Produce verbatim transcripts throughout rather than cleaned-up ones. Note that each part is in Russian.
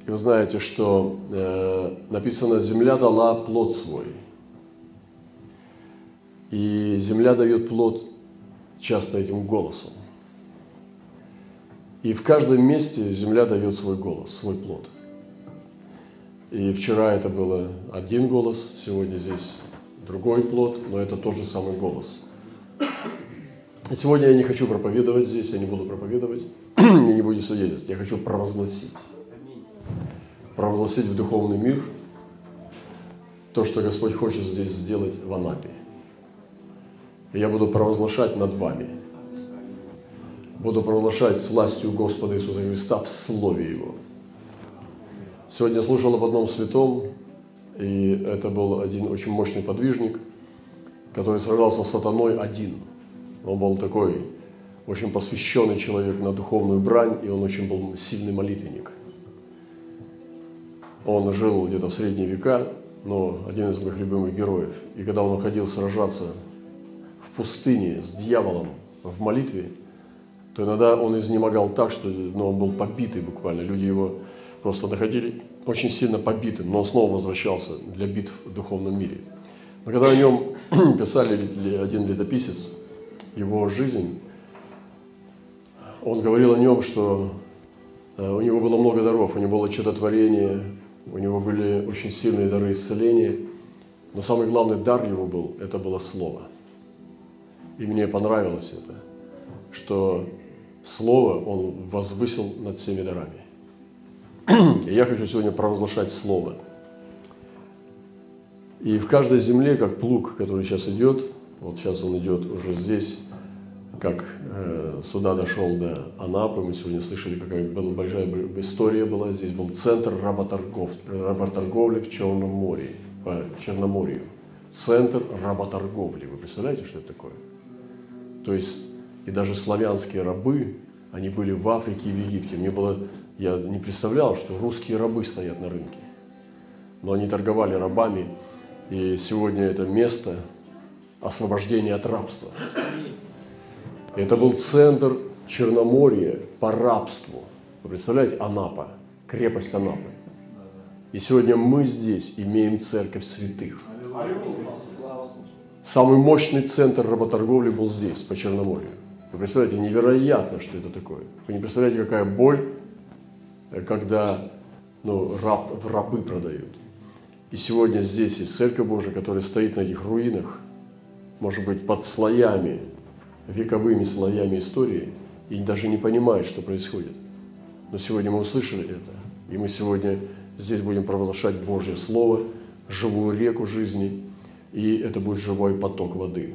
И вы знаете, что э, написано, земля дала плод свой. И земля дает плод часто этим голосом. И в каждом месте земля дает свой голос, свой плод. И вчера это было один голос, сегодня здесь другой плод, но это тот же самый голос. И сегодня я не хочу проповедовать здесь, я не буду проповедовать, я не буду свидетельствовать, я хочу провозгласить. Провозгласить в духовный мир то, что Господь хочет здесь сделать в Анапе. И я буду провозглашать над вами. Буду провозглашать с властью Господа Иисуса Христа в Слове Его. Сегодня я слушал об одном святом, и это был один очень мощный подвижник, который сражался с сатаной один. Он был такой очень посвященный человек на духовную брань, и он очень был сильный молитвенник. Он жил где-то в средние века, но один из моих любимых героев. И когда он уходил сражаться в пустыне с дьяволом в молитве, то иногда он изнемогал так, что ну, он был побитый буквально. Люди его просто находили очень сильно побитым, но он снова возвращался для битв в духовном мире. Но когда о нем писали один летописец, его жизнь, он говорил о нем, что у него было много даров, у него было чудотворение, у него были очень сильные дары исцеления, но самый главный дар его был, это было Слово. И мне понравилось это, что Слово он возвысил над всеми дарами. И я хочу сегодня провозглашать Слово. И в каждой земле, как плуг, который сейчас идет, вот сейчас он идет уже здесь, как э, сюда дошел до Анапы, мы сегодня слышали, какая была большая история была, здесь был центр работоргов, работорговли в Черном море, по Черноморью. Центр работорговли. Вы представляете, что это такое? То есть, и даже славянские рабы, они были в Африке и в Египте. Мне было, я не представлял, что русские рабы стоят на рынке. Но они торговали рабами, и сегодня это место освобождения от рабства. Это был центр Черноморья по рабству. Вы представляете, Анапа, крепость Анапы. И сегодня мы здесь имеем церковь святых. Самый мощный центр работорговли был здесь, по Черноморью. Вы представляете, невероятно, что это такое. Вы не представляете, какая боль, когда ну, раб, в рабы продают. И сегодня здесь есть Церковь Божия, которая стоит на этих руинах, может быть, под слоями, вековыми слоями истории, и даже не понимает, что происходит. Но сегодня мы услышали это, и мы сегодня здесь будем провозглашать Божье Слово, живую реку жизни, и это будет живой поток воды.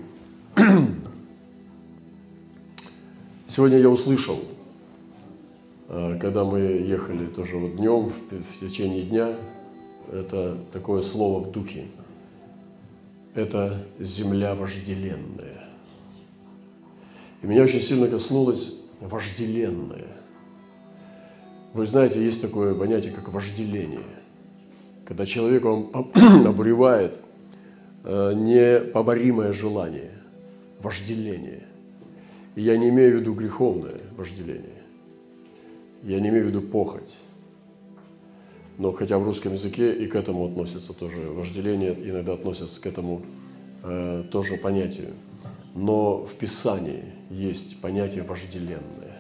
Сегодня я услышал, когда мы ехали тоже вот днем, в течение дня, это такое слово в духе. Это земля вожделенная. И меня очень сильно коснулось вожделенное. Вы знаете, есть такое понятие, как вожделение. Когда человек, он обуревает непоборимое желание, вожделение. И я не имею в виду греховное вожделение. Я не имею в виду похоть. Но хотя в русском языке и к этому относится тоже вожделение, иногда относятся к этому э, тоже понятию. Но в Писании есть понятие вожделенное.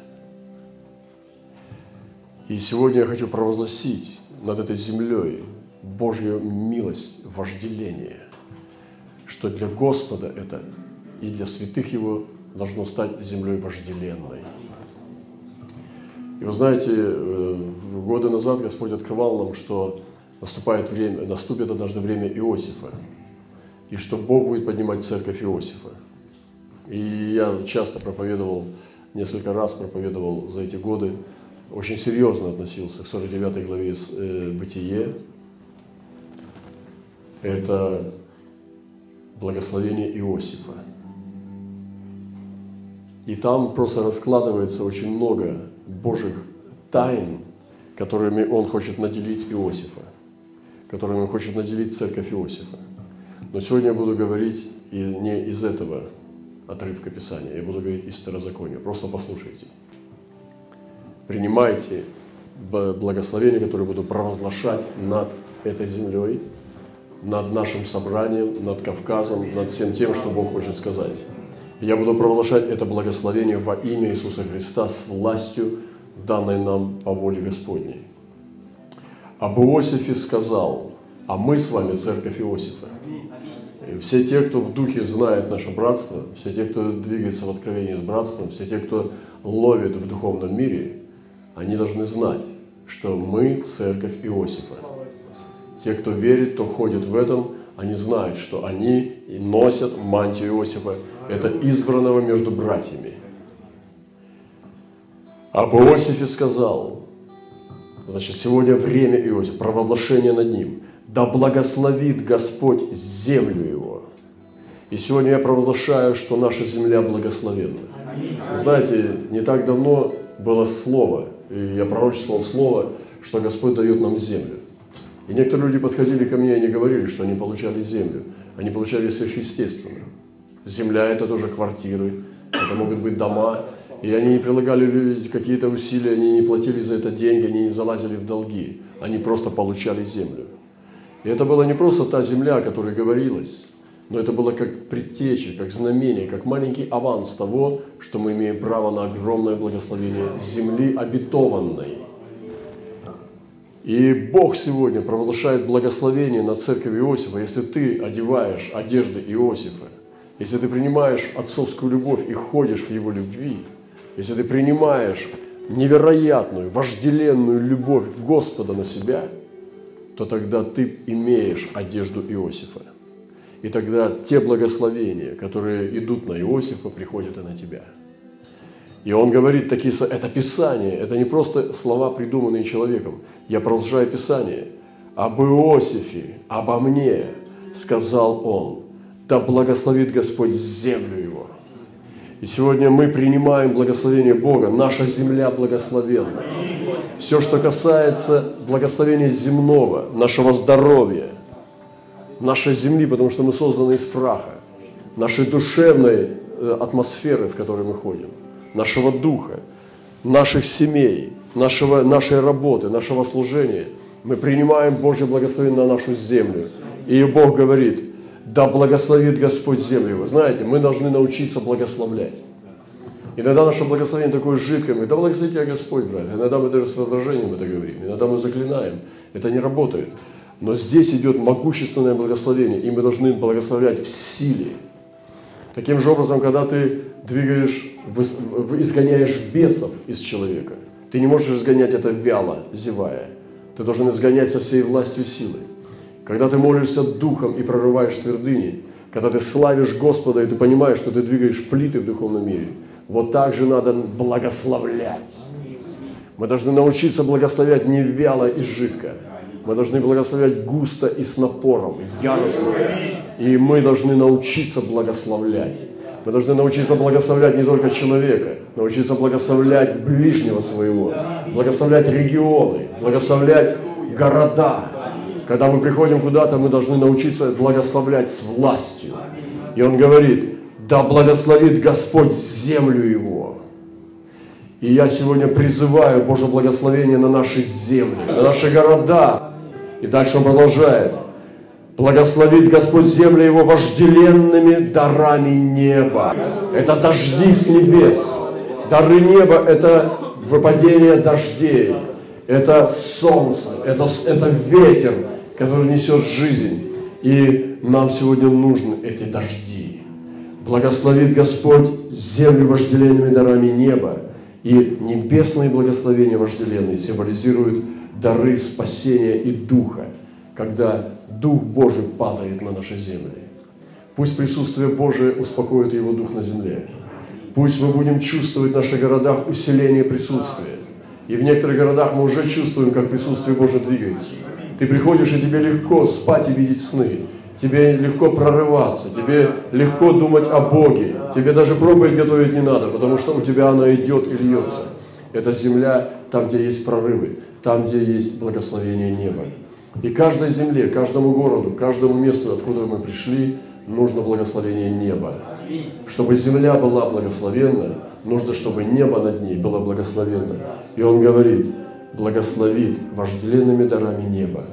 И сегодня я хочу провозгласить над этой землей Божью милость, вожделение, что для Господа это и для святых Его должно стать землей вожделенной. И вы знаете, годы назад Господь открывал нам, что наступает время, наступит однажды время Иосифа, и что Бог будет поднимать церковь Иосифа. И я часто проповедовал, несколько раз проповедовал за эти годы, очень серьезно относился к сорок девятой главе Бытие. Это благословение Иосифа. И там просто раскладывается очень много Божьих тайн, которыми Он хочет наделить Иосифа, которыми Он хочет наделить церковь Иосифа. Но сегодня я буду говорить и не из этого отрывка Писания, я буду говорить из Второзакония. Просто послушайте. Принимайте благословения, которые буду провозглашать над этой землей, над нашим собранием, над Кавказом, над всем тем, что Бог хочет сказать. Я буду провозглашать это благословение во имя Иисуса Христа с властью, данной нам по воле Господней. Об Иосифе сказал, а мы с вами церковь Иосифа. И все те, кто в духе знает наше братство, все те, кто двигается в откровении с братством, все те, кто ловит в духовном мире, они должны знать, что мы церковь Иосифа. Те, кто верит, кто ходит в этом, они знают, что они носят мантию Иосифа. Это избранного между братьями. Об Иосифе сказал, значит, сегодня время Иосифа, провозглашение над ним. Да благословит Господь землю его. И сегодня я провозглашаю, что наша земля благословенна. Вы знаете, не так давно было слово, и я пророчествовал слово, что Господь дает нам землю. И некоторые люди подходили ко мне и они говорили, что они получали землю. Они получали сверхъестественную. Земля – это тоже квартиры, это могут быть дома. И они не прилагали какие-то усилия, они не платили за это деньги, они не залазили в долги. Они просто получали землю. И это была не просто та земля, о которой говорилось, но это было как предтеча, как знамение, как маленький аванс того, что мы имеем право на огромное благословение земли обетованной. И Бог сегодня провозглашает благословение на церковь Иосифа, если ты одеваешь одежды Иосифа, если ты принимаешь отцовскую любовь и ходишь в его любви, если ты принимаешь невероятную, вожделенную любовь Господа на себя, то тогда ты имеешь одежду Иосифа. И тогда те благословения, которые идут на Иосифа, приходят и на тебя. И он говорит такие слова, это Писание, это не просто слова, придуманные человеком. Я продолжаю Писание. Об Иосифе, обо мне, сказал он, да благословит Господь землю его. И сегодня мы принимаем благословение Бога, наша земля благословенна. Все, что касается благословения земного, нашего здоровья, нашей земли, потому что мы созданы из праха, нашей душевной атмосферы, в которой мы ходим, нашего духа, наших семей, нашего, нашей работы, нашего служения. Мы принимаем Божье благословение на нашу землю. И Бог говорит, да благословит Господь землю. Вы знаете, мы должны научиться благословлять. Иногда наше благословение такое жидкое, мы, да благослови тебя Господь, брат. Иногда мы даже с раздражением это говорим, иногда мы заклинаем. Это не работает. Но здесь идет могущественное благословение, и мы должны благословлять в силе. Таким же образом, когда ты двигаешь, изгоняешь бесов из человека, ты не можешь изгонять это вяло, зевая. Ты должен изгонять со всей властью силы. Когда ты молишься духом и прорываешь твердыни, когда ты славишь Господа, и ты понимаешь, что ты двигаешь плиты в духовном мире, вот так же надо благословлять. Мы должны научиться благословлять не вяло и жидко. Мы должны благословлять густо и с напором, яростно. И мы должны научиться благословлять. Мы должны научиться благословлять не только человека, научиться благословлять ближнего своего, благословлять регионы, благословлять города. Когда мы приходим куда-то, мы должны научиться благословлять с властью. И он говорит, да благословит Господь землю его. И я сегодня призываю Божье благословение на наши земли, на наши города. И дальше он продолжает. Благословит Господь землю его вожделенными дарами неба. Это дожди с небес. Дары неба – это выпадение дождей. Это солнце, это, это ветер, который несет жизнь. И нам сегодня нужны эти дожди. Благословит Господь землю вожделенными дарами неба. И небесные благословения вожделенные символизируют дары спасения и духа, когда Дух Божий падает на наши земли. Пусть присутствие Божие успокоит Его Дух на земле. Пусть мы будем чувствовать в наших городах усиление присутствия. И в некоторых городах мы уже чувствуем, как присутствие Божие двигается. Ты приходишь, и тебе легко спать и видеть сны. Тебе легко прорываться, тебе легко думать о Боге. Тебе даже проповедь готовить не надо, потому что у тебя она идет и льется. Это земля, там, где есть прорывы, там, где есть благословение неба. И каждой земле, каждому городу, каждому месту, откуда мы пришли, нужно благословение неба. Чтобы земля была благословенна, нужно, чтобы небо над ней было благословенно. И он говорит, благословит вожделенными дарами неба,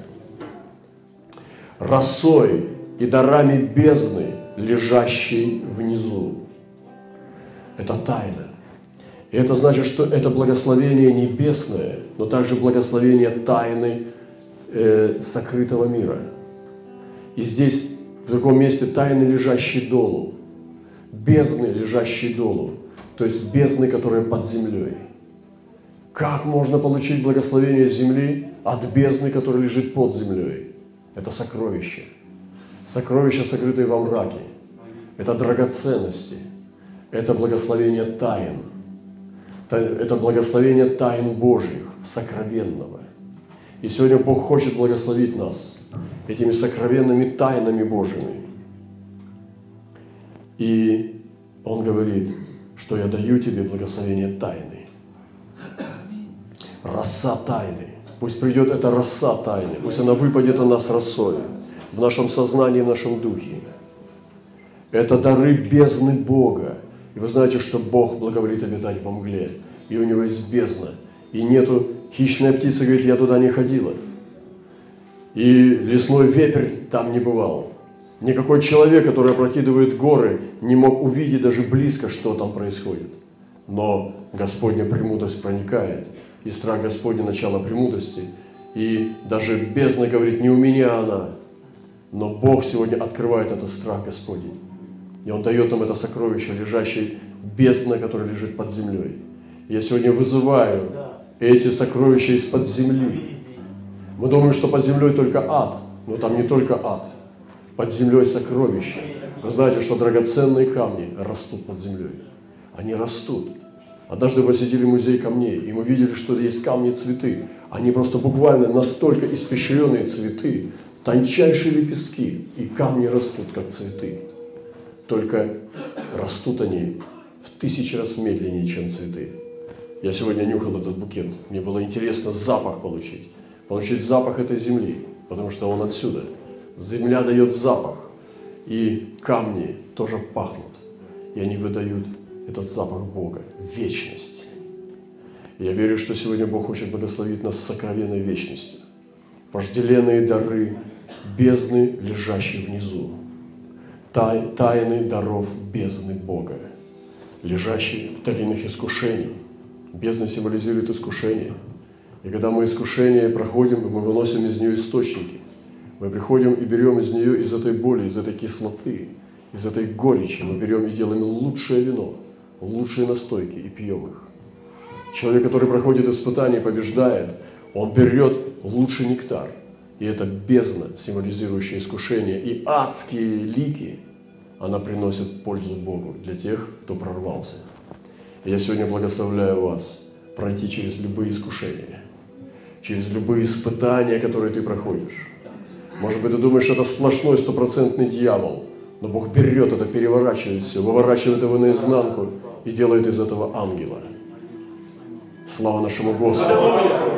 росой и дарами бездны, лежащей внизу. Это тайна. И это значит, что это благословение небесное, но также благословение тайны э, сокрытого мира. И здесь, в другом месте, тайны, лежащие долу, бездны, лежащие долу, то есть бездны, которые под землей. Как можно получить благословение земли от бездны, которая лежит под землей? Это сокровище. Сокровища, сокрытые во мраке. Это драгоценности. Это благословение тайн. Это благословение тайн Божьих, сокровенного. И сегодня Бог хочет благословить нас этими сокровенными тайнами Божьими. И Он говорит, что я даю тебе благословение тайны. Роса тайны. Пусть придет эта роса тайны. Пусть она выпадет на нас росой, в нашем сознании, в нашем духе. Это дары бездны Бога. И вы знаете, что Бог благоволит обитать во мгле. И у Него есть бездна. И нету, хищная птица говорит, я туда не ходила. И лесной вепрь там не бывал. Никакой человек, который опрокидывает горы, не мог увидеть даже близко, что там происходит. Но Господня премудрость проникает. И страх Господня – начало премудрости. И даже бездна говорит, не у меня она. Но Бог сегодня открывает этот страх Господень. И Он дает нам это сокровище, лежащее бездна, которое лежит под землей. Я сегодня вызываю эти сокровища из-под земли. Мы думаем, что под землей только ад. Но там не только ад. Под землей сокровища. Вы знаете, что драгоценные камни растут под землей. Они растут. Однажды посетили музей камней, и мы видели, что есть камни-цветы. Они просто буквально настолько испещренные цветы, тончайшие лепестки, и камни растут, как цветы. Только растут они в тысячи раз медленнее, чем цветы. Я сегодня нюхал этот букет. Мне было интересно запах получить. Получить запах этой земли, потому что он отсюда. Земля дает запах, и камни тоже пахнут. И они выдают этот запах Бога, вечность. Я верю, что сегодня Бог хочет благословить нас сокровенной вечностью. Вожделенные дары бездны, лежащие внизу. Тай, тайны даров бездны Бога, лежащие в долинах искушений. Бездна символизирует искушение. И когда мы искушение проходим, мы выносим из нее источники. Мы приходим и берем из нее, из этой боли, из этой кислоты, из этой горечи, мы берем и делаем лучшее вино, лучшие настойки и пьем их. Человек, который проходит испытание, побеждает, он берет лучший нектар. И это бездна, символизирующая искушение, и адские лики, она приносит пользу Богу для тех, кто прорвался. И я сегодня благословляю вас пройти через любые искушения, через любые испытания, которые ты проходишь. Может быть, ты думаешь, это сплошной стопроцентный дьявол, но Бог берет это, переворачивает все, выворачивает его наизнанку и делает из этого ангела. Слава нашему Господу!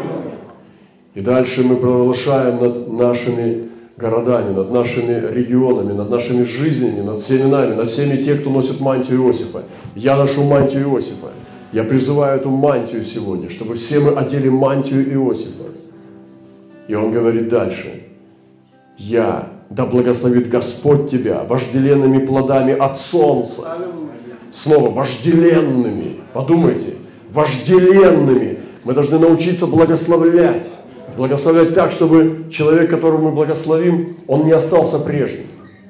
И дальше мы провозглашаем над нашими городами, над нашими регионами, над нашими жизнями, над всеми нами, над всеми теми, кто носит мантию Иосифа. Я ношу мантию Иосифа. Я призываю эту мантию сегодня, чтобы все мы одели мантию Иосифа. И он говорит дальше. Я, да благословит Господь тебя вожделенными плодами от солнца. Слово вожделенными. Подумайте, вожделенными. Мы должны научиться благословлять. Благословлять так, чтобы человек, которого мы благословим, он не остался прежним.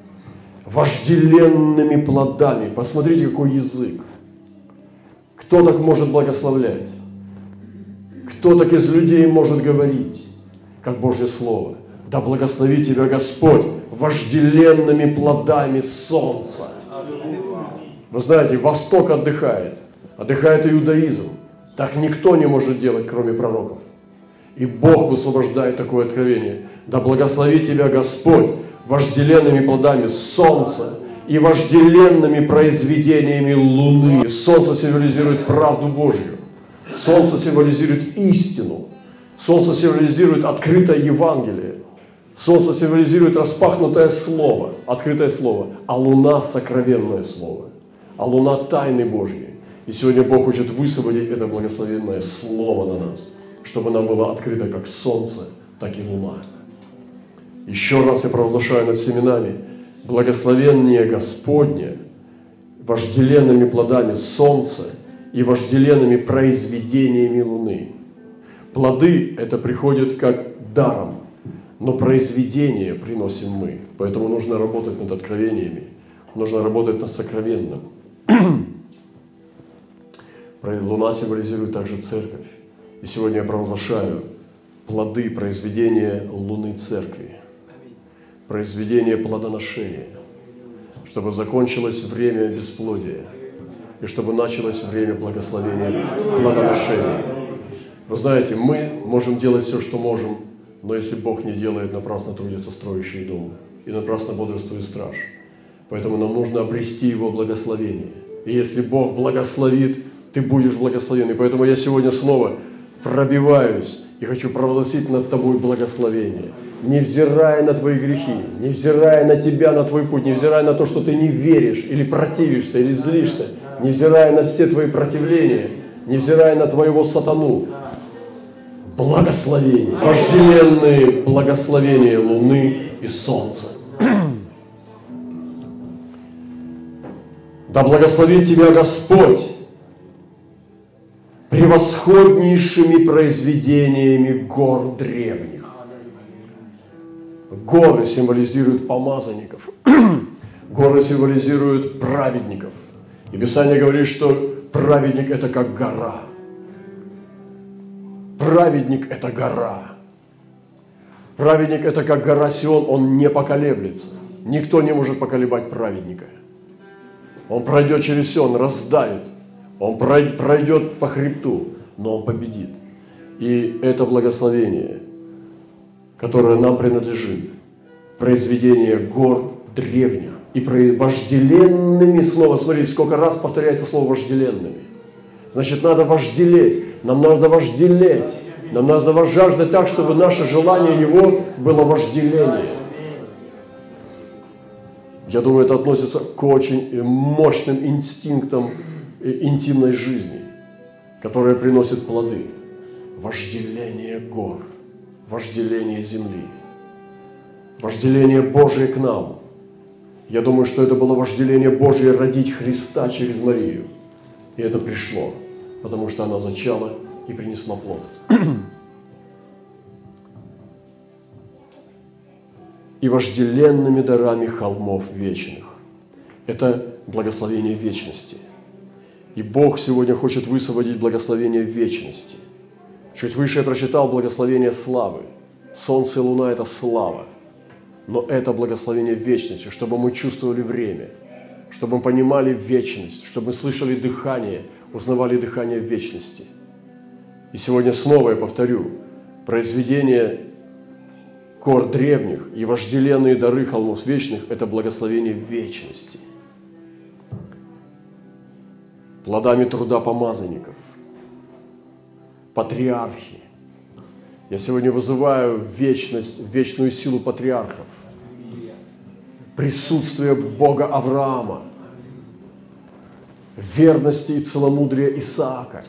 Вожделенными плодами. Посмотрите, какой язык. Кто так может благословлять? Кто так из людей может говорить, как Божье Слово? Да благословит тебя Господь вожделенными плодами солнца. Вы знаете, Восток отдыхает. Отдыхает иудаизм. Так никто не может делать, кроме пророков. И Бог высвобождает такое откровение. Да благословит тебя Господь вожделенными плодами солнца и вожделенными произведениями луны. Солнце символизирует правду Божью. Солнце символизирует истину. Солнце символизирует открытое Евангелие. Солнце символизирует распахнутое слово, открытое слово. А луна – сокровенное слово. А луна – тайны Божьи. И сегодня Бог хочет высвободить это благословенное слово на нас. чтобы нам было открыто как солнце, так и луна. Еще раз я провозглашаю над семенами благословение Господне вожделенными плодами солнца и вожделенными произведениями луны. Плоды это приходят как даром, но произведение приносим мы. Поэтому нужно работать над откровениями, нужно работать над сокровенным. Луна символизирует также церковь. И сегодня я провозглашаю плоды произведения Луны Церкви, произведение плодоношения, чтобы закончилось время бесплодия и чтобы началось время благословения плодоношения. Вы знаете, мы можем делать все, что можем, но если Бог не делает, напрасно трудятся строящие дом, и напрасно бодрствует страж. Поэтому нам нужно обрести Его благословение. И если Бог благословит, ты будешь благословен. И поэтому я сегодня снова пробиваюсь и хочу провозгласить над тобой благословение. Невзирая на твои грехи, невзирая на тебя, на твой путь, невзирая на то, что ты не веришь, или противишься, или злишься, невзирая на все твои противления, невзирая на твоего сатану, благословение, вожделенные благословения Луны и Солнца. Да благословит тебя Господь превосходнейшими произведениями гор древних. Горы символизируют помазанников, горы символизируют праведников. И Писание говорит, что праведник – это как гора. Праведник – это гора. Праведник – это как гора Сион, он не поколеблется. Никто не может поколебать праведника. Он пройдет через все, он раздавит. Он пройдет по хребту, но он победит. И это благословение, которое нам принадлежит, произведение гор древних и вожделенными слово. Смотрите, сколько раз повторяется слово вожделенными. Значит, надо вожделеть, нам надо вожделеть, нам надо возжаждать так, чтобы наше желание его было вожделение. Я думаю, это относится к очень мощным инстинктам интимной жизни, которая приносит плоды. Вожделение гор, вожделение земли, вожделение Божие к нам. Я думаю, что это было вожделение Божие родить Христа через Марию. И это пришло, потому что она зачала и принесла плод. И вожделенными дарами холмов вечных. Это благословение вечности. И Бог сегодня хочет высвободить благословение вечности. Чуть выше я прочитал благословение славы. Солнце и луна – это слава. Но это благословение вечности, чтобы мы чувствовали время, чтобы мы понимали вечность, чтобы мы слышали дыхание, узнавали дыхание вечности. И сегодня снова я повторю, произведение гор древних и вожделенные дары холмов вечных – это благословение вечности. Плодами труда помазанников, патриархи. Я сегодня вызываю вечность, вечную силу патриархов, присутствие Бога Авраама, верности и целомудрия Исаака,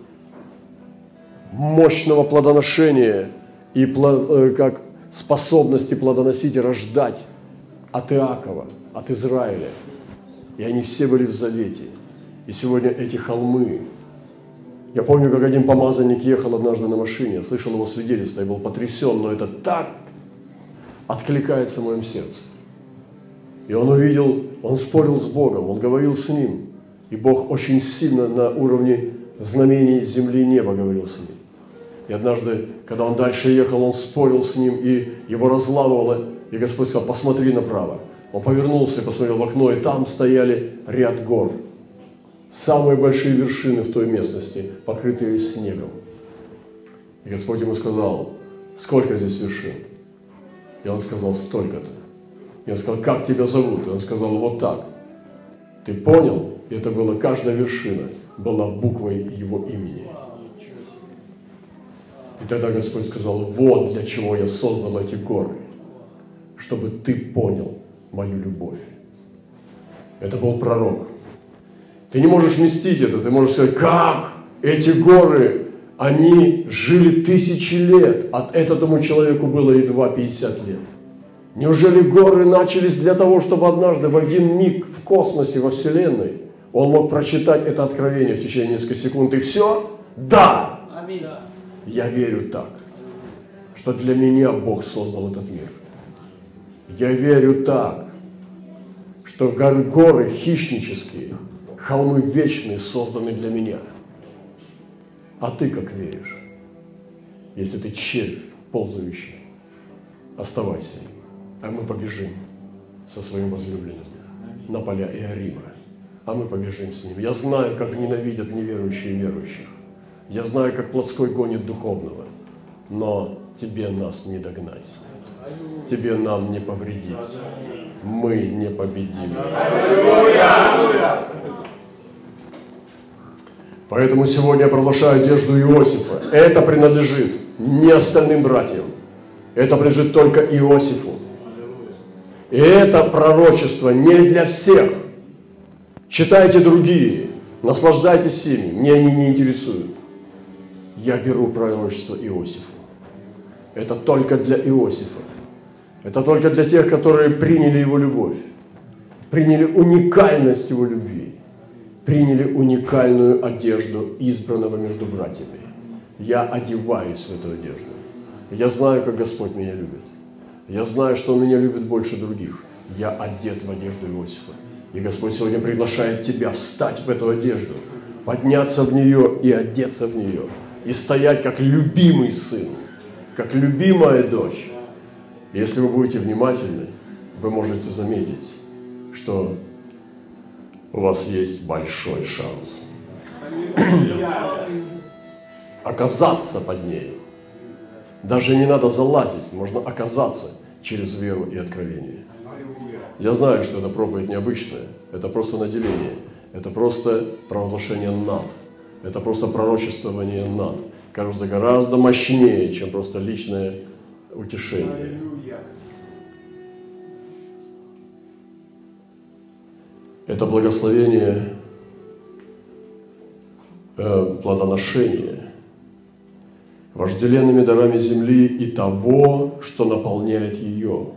мощного плодоношения и как способности плодоносить и рождать от Иакова, от Израиля. И они все были в завете. И сегодня эти холмы. Я помню, как один помазанник ехал однажды на машине, я слышал его свидетельство, я был потрясен, но это так откликается в моем сердце. И он увидел, он спорил с Богом, он говорил с Ним. И Бог очень сильно на уровне знамений земли и неба говорил с Ним. И однажды, когда он дальше ехал, он спорил с Ним, и его разламывало, и Господь сказал: посмотри направо. Он повернулся и посмотрел в окно, и там стояли ряд гор. Самые большие вершины в той местности, покрытые снегом. И Господь ему сказал: сколько здесь вершин? И он сказал: столько-то. И он сказал: как тебя зовут? И он сказал: вот так. Ты понял? И это было, каждая вершина была буквой его имени. И тогда Господь сказал: вот для чего я создал эти горы, чтобы ты понял мою любовь. Это был пророк. Ты не можешь вместить это, ты можешь сказать: как эти горы, Они жили тысячи лет, а этому человеку было едва пятьдесят лет. Неужели горы начались для того, чтобы однажды в один миг в космосе, во Вселенной, он мог прочитать это откровение в течение нескольких секунд и все? Да! Аминь. Я верю так, что для меня Бог создал этот мир. Я верю так, что горы хищнические, холмы вечные созданы для меня. А ты как веришь? Если ты червь ползающий, оставайся, а мы побежим со своим возлюбленным на поля Иорима. А мы побежим с ним. Я знаю, как ненавидят неверующие верующих. Я знаю, как плотской гонит духовного. Но тебе нас не догнать. Тебе нам не повредить. Мы не победим. Поэтому сегодня я провозглашаю одежду Иосифа. Это принадлежит не остальным братьям. Это принадлежит только Иосифу. И это пророчество не для всех. Читайте другие, наслаждайтесь ими. Мне они не интересуют. Я беру пророчество Иосифу. Это только для Иосифа. Это только для тех, которые приняли его любовь, приняли уникальность его любви, приняли уникальную одежду избранного между братьями. Я одеваюсь в эту одежду. Я знаю, как Господь меня любит. Я знаю, что Он меня любит больше других. Я одет в одежду Иосифа. И Господь сегодня приглашает тебя встать в эту одежду, подняться в нее и одеться в нее, и стоять как любимый сын, как любимая дочь. Если вы будете внимательны, вы можете заметить, что у вас есть большой шанс оказаться под ней. Даже не надо залазить, можно оказаться через веру и откровение. Я знаю, что это проповедь необычная, это просто наделение, это просто провозглашение над, это просто пророчествование над. Кажется, гораздо мощнее, чем просто личное утешение. Это благословение э, плодоношения, вожделенными дарами земли и того, что наполняет ее.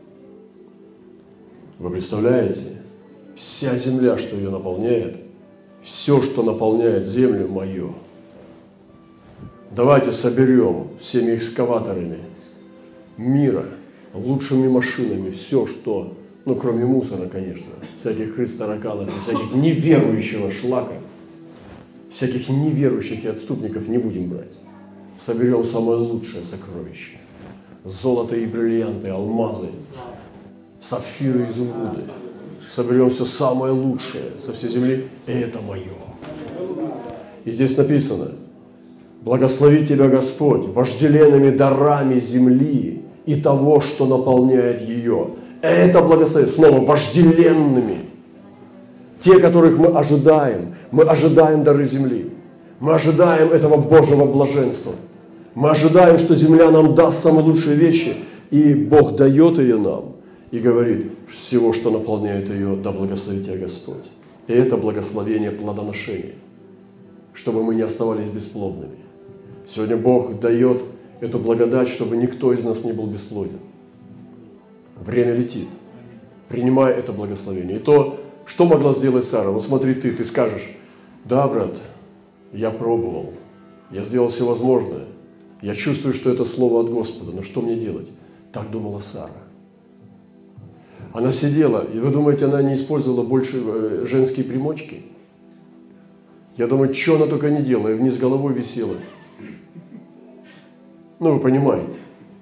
Вы представляете? Вся земля, что ее наполняет, все, что наполняет землю, мое. Давайте соберем всеми экскаваторами мира, лучшими машинами, все, что, ну, кроме мусора, конечно, всяких крыс, тараканов, всяких неверующего шлака, всяких неверующих и отступников не будем брать. Соберем самое лучшее сокровище. Золото и бриллианты, алмазы, сапфиры и изумруды. Соберем все самое лучшее со всей земли, и это мое. И здесь написано: благослови тебя Господь вожделенными дарами земли и того, что наполняет ее. Это благословение, снова вожделенными. Те, которых мы ожидаем. Мы ожидаем дары земли. Мы ожидаем этого Божьего блаженства. Мы ожидаем, что земля нам даст самые лучшие вещи, и Бог дает ее нам. И говорит: всего, что наполняет ее, да благословит тебя Господь. И это благословение плодоношения, чтобы мы не оставались бесплодными. Сегодня Бог дает эту благодать, чтобы никто из нас не был бесплоден. Время летит. Принимай это благословение. И то, что могла сделать Сара? Вот смотри ты, ты скажешь: да, брат, я пробовал, я сделал все возможное, я чувствую, что это слово от Господа, но что мне делать? Так думала Сара. Она сидела, и вы думаете, она не использовала больше женские примочки? Я думаю, что она только не делала, и вниз головой висела. Ну, вы понимаете.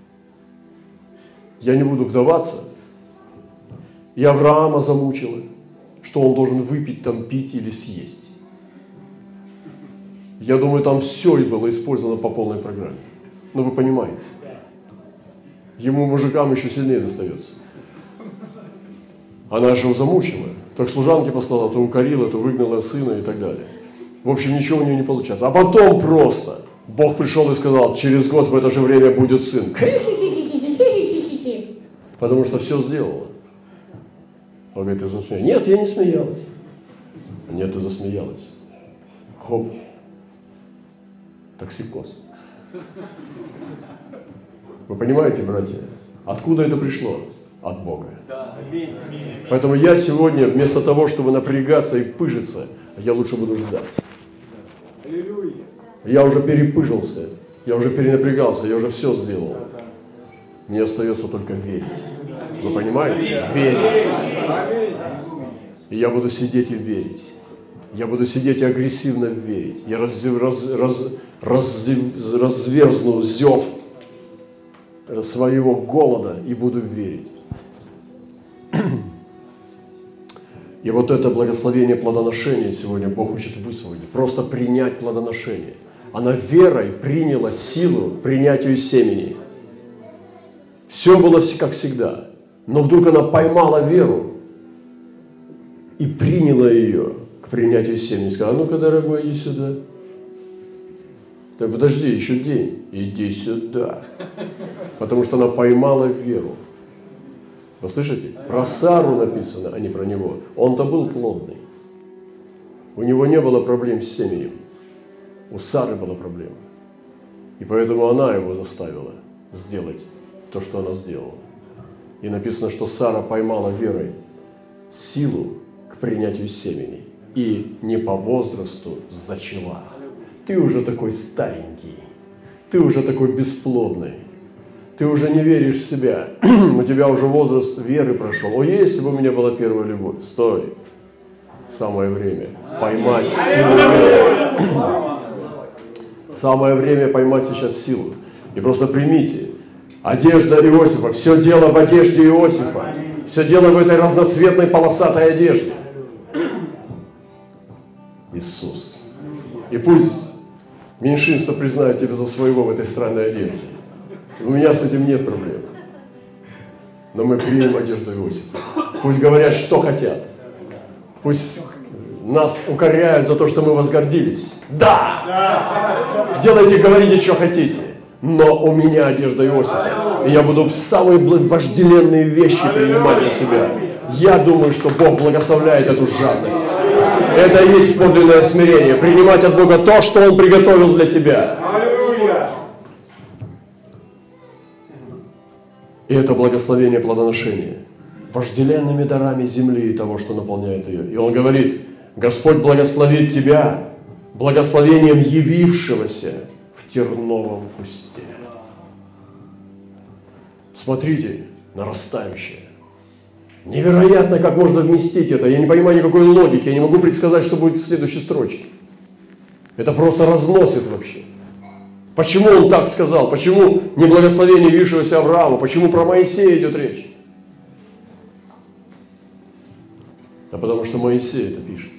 Я не буду вдаваться. И Авраама замучила, что он должен выпить, там, пить или съесть. Я думаю, там все и было использовано по полной программе. Ну, вы понимаете. Ему, мужикам, еще сильнее достается. Она же его замучила. То к служанке послала, то укорила, то выгнала сына и так далее. В общем, ничего у нее не получается. А потом просто Бог пришел и сказал: через год в это же время будет сын. Потому что все сделала. Он говорит: ты засмеялась. Нет, я не смеялась. Нет, ты засмеялась. Хоп. Токсикоз. Вы понимаете, братья? Откуда это пришло? От Бога. Поэтому я сегодня, вместо того, чтобы напрягаться и пыжиться, я лучше буду ждать. Я уже перепыжился, я уже перенапрягался, я уже все сделал. Мне остается только верить. Вы понимаете? Верить. И я буду сидеть и верить. Я буду сидеть и агрессивно верить. Я раз, раз, раз, раз, разверзну зев своего голода и буду верить. И вот это благословение плодоношения сегодня Бог хочет высвободить. Просто принять плодоношение. Она верой приняла силу к принятию семени. Все было как всегда. Но вдруг она поймала веру и приняла ее к принятию семени. Сказала: а ну-ка, дорогой, иди сюда. Так, подожди, еще день. Иди сюда. Потому что она поймала веру. Вы слышите? Про Сару написано, а не про него. Он-то был плодный. У него не было проблем с семенем. У Сары была проблема. И поэтому она его заставила сделать то, что она сделала. И написано, что Сара поймала верой силу к принятию семени. И не по возрасту зачала. Ты уже такой старенький. Ты уже такой бесплодный. Ты уже не веришь в себя. У тебя уже возраст веры прошел. О, если бы у меня была первая любовь. Стой. Самое время поймать силу веры. Самое время поймать сейчас силу. И просто примите. Одежда Иосифа. Все дело в одежде Иосифа. Все дело в этой разноцветной полосатой одежде. Иисус. И пусть меньшинство признает тебя за своего в этой странной одежде. У меня с этим нет проблем. Но мы примем одежду Иосифа. Пусть говорят, что хотят. Пусть нас укоряют за то, что мы возгордились. Да! Делайте, говорите, что хотите. Но у меня одежда Иосифа. И я буду самые вожделенные вещи принимать на себя. Я думаю, что Бог благословляет эту жадность. Это и есть подлинное смирение. Принимать от Бога то, что Он приготовил для тебя. И это благословение плодоношения. Вожделенными дарами земли и того, что наполняет ее. И Он говорит: Господь благословит тебя благословением явившегося в терновом кусте. Смотрите, нарастающее. Невероятно, как можно вместить это. Я не понимаю никакой логики. Я не могу предсказать, что будет в следующей строчке. Это просто разносит вообще. Почему он так сказал? Почему не благословение явившегося Авраама? Почему про Моисея идет речь? Да потому что Моисей это пишет.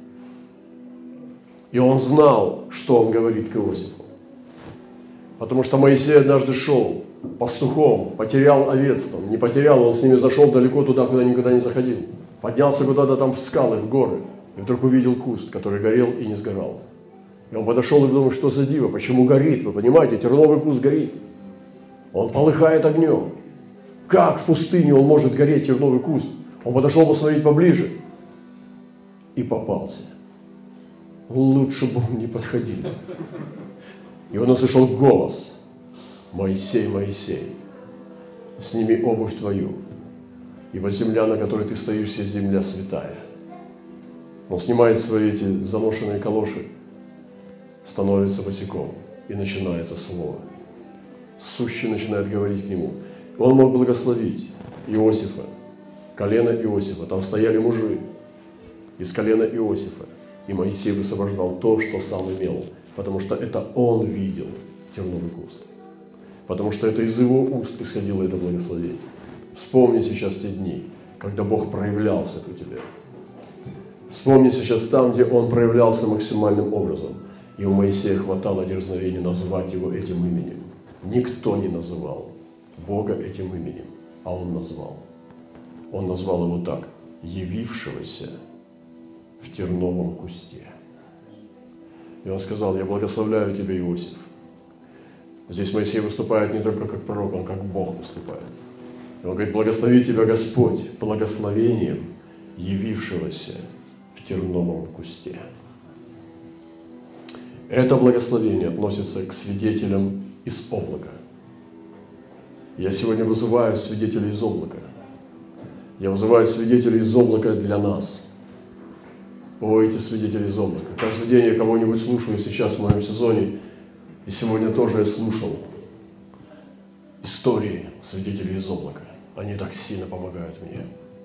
И он знал, что он говорит к Иосифу. Потому что Моисей однажды шел пастухом, потерял овец там, не потерял, он с ними зашел далеко туда, куда никогда не заходил. Поднялся куда-то там в скалы, в горы, и вдруг увидел куст, который горел и не сгорал. И он подошел и думал, что за диво, почему горит, вы понимаете, терновый куст горит. Он полыхает огнем. Как в пустыне он может гореть, терновый куст? Он подошел посмотреть поближе и попался. Лучше бы он не подходил. И он услышал голос: Моисей, Моисей, сними обувь твою, ибо земля, на которой ты стоишь, есть земля святая. Он снимает свои эти заношенные калоши, становится босиком, и начинается слово. Сущий начинает говорить к нему. Он мог благословить Иосифа, колено Иосифа. Там стояли мужи из колена Иосифа. И Моисей высвобождал то, что сам имел, потому что это он видел терновый куст. Потому что это из его уст исходило это благословение. Вспомни сейчас те дни, когда Бог проявлялся у тебя. Вспомни сейчас там, где Он проявлялся максимальным образом. И у Моисея хватало дерзновения назвать его этим именем. Никто не называл Бога этим именем, а Он назвал. Он назвал его так: явившегося в терновом кусте. И Он сказал: я благословляю тебя, Иосиф. Здесь Моисей выступает не только как пророк, он как Бог выступает. И он говорит: благослови тебя Господь благословением явившегося в терновом кусте. Это благословение относится к свидетелям из облака. Я сегодня вызываю свидетелей из облака. Я вызываю свидетелей из облака для нас. О, эти свидетели из облака. Каждый день я кого-нибудь слушаю сейчас в моем сезоне, и сегодня тоже я слушал истории свидетелей из облака. Они так сильно помогают мне.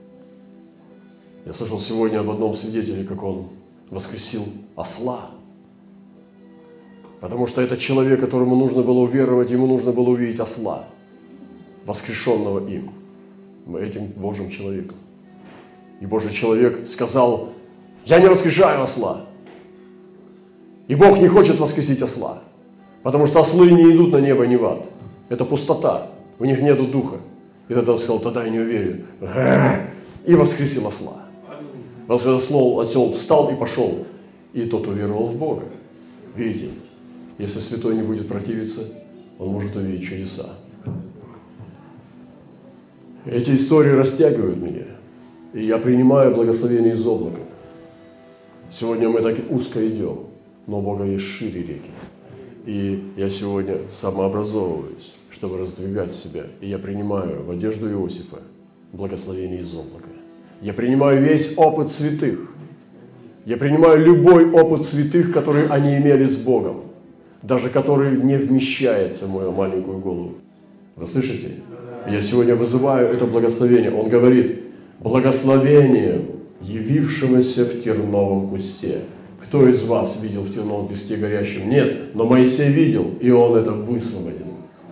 Я слышал сегодня об одном свидетеле, как он воскресил осла. Потому что это человек, которому нужно было уверовать, ему нужно было увидеть осла, воскрешенного им, этим Божьим человеком. И Божий человек сказал: я не воскрешаю осла. И Бог не хочет воскресить осла, потому что ослы не идут на небо, ни в ад. Это пустота, у них нету духа. И тогда он сказал: тогда я не уверен. И воскресил осла. Осел, осел встал и пошел. И тот уверовал в Бога. Видите, если святой не будет противиться, он может увидеть чудеса. Эти истории растягивают меня. И я принимаю благословение из облака. Сегодня мы так узко идем, но у Бога есть шире реки. И я сегодня самообразовываюсь, чтобы раздвигать себя. И я принимаю в одежду Иосифа благословение из облака. Я принимаю весь опыт святых. Я принимаю любой опыт святых, который они имели с Богом, даже который не вмещается в мою маленькую голову. Вы слышите? Я сегодня вызываю это благословение. Он говорит: благословение явившемуся в терновом кусте. Кто из вас видел в терновом кусте горящем? Нет, но Моисей видел, и он это высвободил.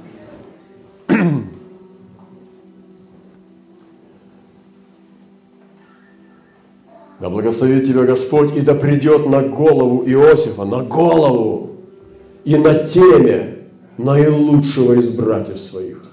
Да благословит тебя Господь, и да придет на голову Иосифа, на голову, и на темя наилучшего из братьев своих.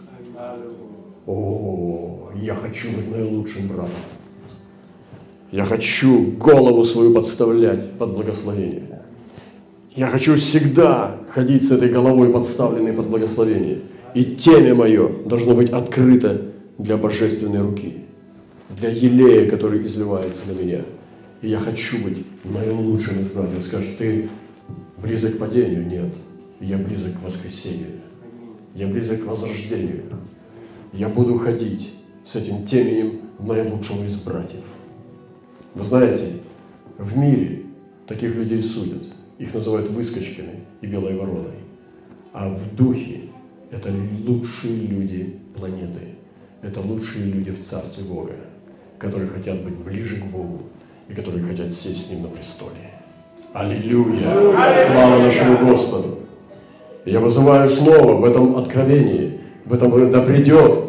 О, я хочу быть наилучшим братом. Я хочу голову свою подставлять под благословение. Я хочу всегда ходить с этой головой, подставленной под благословение. И темя мое должно быть открыто для божественной руки, для елея, который изливается на меня. И я хочу быть наилучшим из братьев. Скажешь: ты близок к падению? Нет. Я близок к воскресению. Я близок к возрождению. Я буду ходить с этим теменем наилучшего из братьев. Вы знаете, в мире таких людей судят. Их называют выскочками и белой вороной. А в духе это лучшие люди планеты. Это лучшие люди в Царстве Бога, которые хотят быть ближе к Богу и которые хотят сесть с Ним на престоле. Аллилуйя! Слава нашему Господу! Я вызываю снова в этом откровении, в этом да придет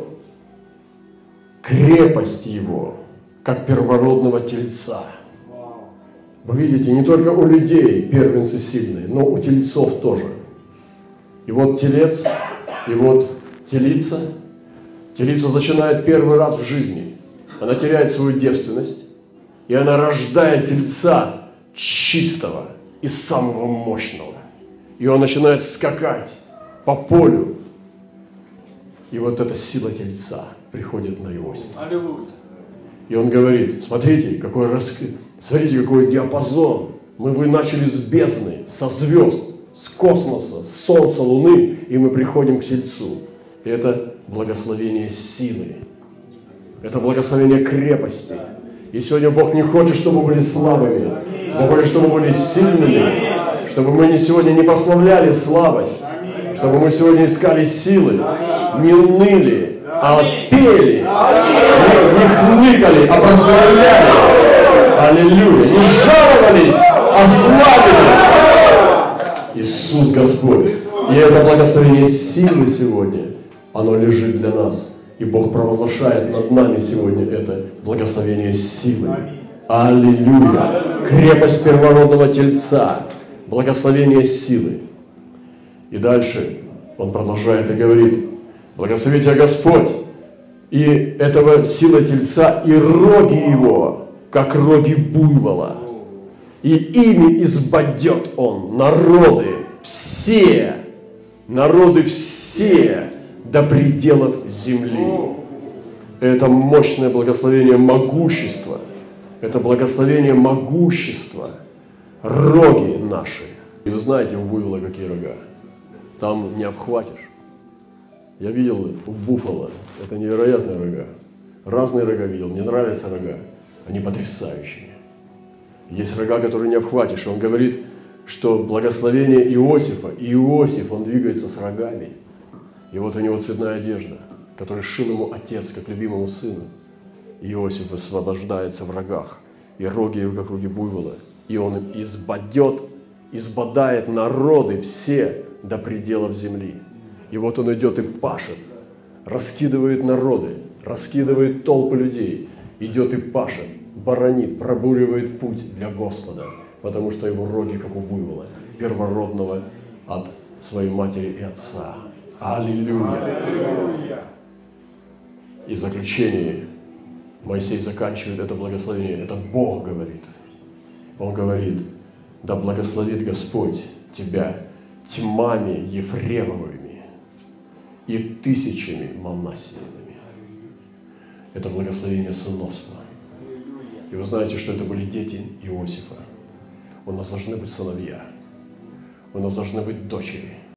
крепость Его, как первородного тельца. Вы видите, не только у людей первенцы сильные, но у тельцов тоже. И вот телец, и вот телица. Телица начинает первый раз в жизни. Она теряет свою девственность, и она рождает тельца чистого и самого мощного. И он начинает скакать по полю. И вот эта сила тельца приходит на Иосифа. Аллилуйя. И он говорит: смотрите, какой, рас... смотрите, какой диапазон. Мы вы начали с бездны, со звезд, с космоса, с солнца, луны, и мы приходим к тельцу. И это благословение силы. Это благословение крепости. И сегодня Бог не хочет, чтобы мы были слабыми. Бог хочет, чтобы мы были сильными. Чтобы мы сегодня не прославляли слабость. Чтобы мы сегодня искали силы. Не уныли, а пели. Не, не хныкали, а прославляли. Аллилуйя. Не жаловались, а славили. Иисус Господь. И это благословение силы сегодня, оно лежит для нас. И Бог провозглашает над нами сегодня это благословение силы. Аллилуйя! Крепость первородного тельца. Благословение силы. И дальше он продолжает и говорит: благослови тебя Господь, и этого сила тельца, и роги его, как роги буйвола. И ими избадет он народы все, народы все до пределов земли. Это мощное благословение могущества. Это благословение могущества. Роги наши, И вы знаете, у буйвола какие рога. Там не обхватишь. Я видел у буффало, это невероятные рога. Разные рога видел, мне нравятся рога. Они потрясающие. Есть рога, которые не обхватишь. Он говорит, что благословение Иосифа, и Иосиф, он двигается с рогами. И вот у него цветная одежда, которую шил ему отец, как любимому сыну. Иосиф высвобождается в рогах, и роги его, как роги буйвола. И он им избадет, избадает народы все до пределов земли. И вот он идет и пашет, раскидывает народы, раскидывает толпы людей, идет и пашет, баранит, пробуривает путь для Господа, потому что его роги, как у буйвола, первородного от своей матери и отца. Аллилуйя! И в заключение Моисей заканчивает это благословение. Это Бог говорит. Он говорит: да благословит Господь тебя тьмами Ефремовыми и тысячами Манассиевыми. Это благословение сыновства. И вы знаете, что это были дети Иосифа. У нас должны быть сыновья. У нас должны быть дочери.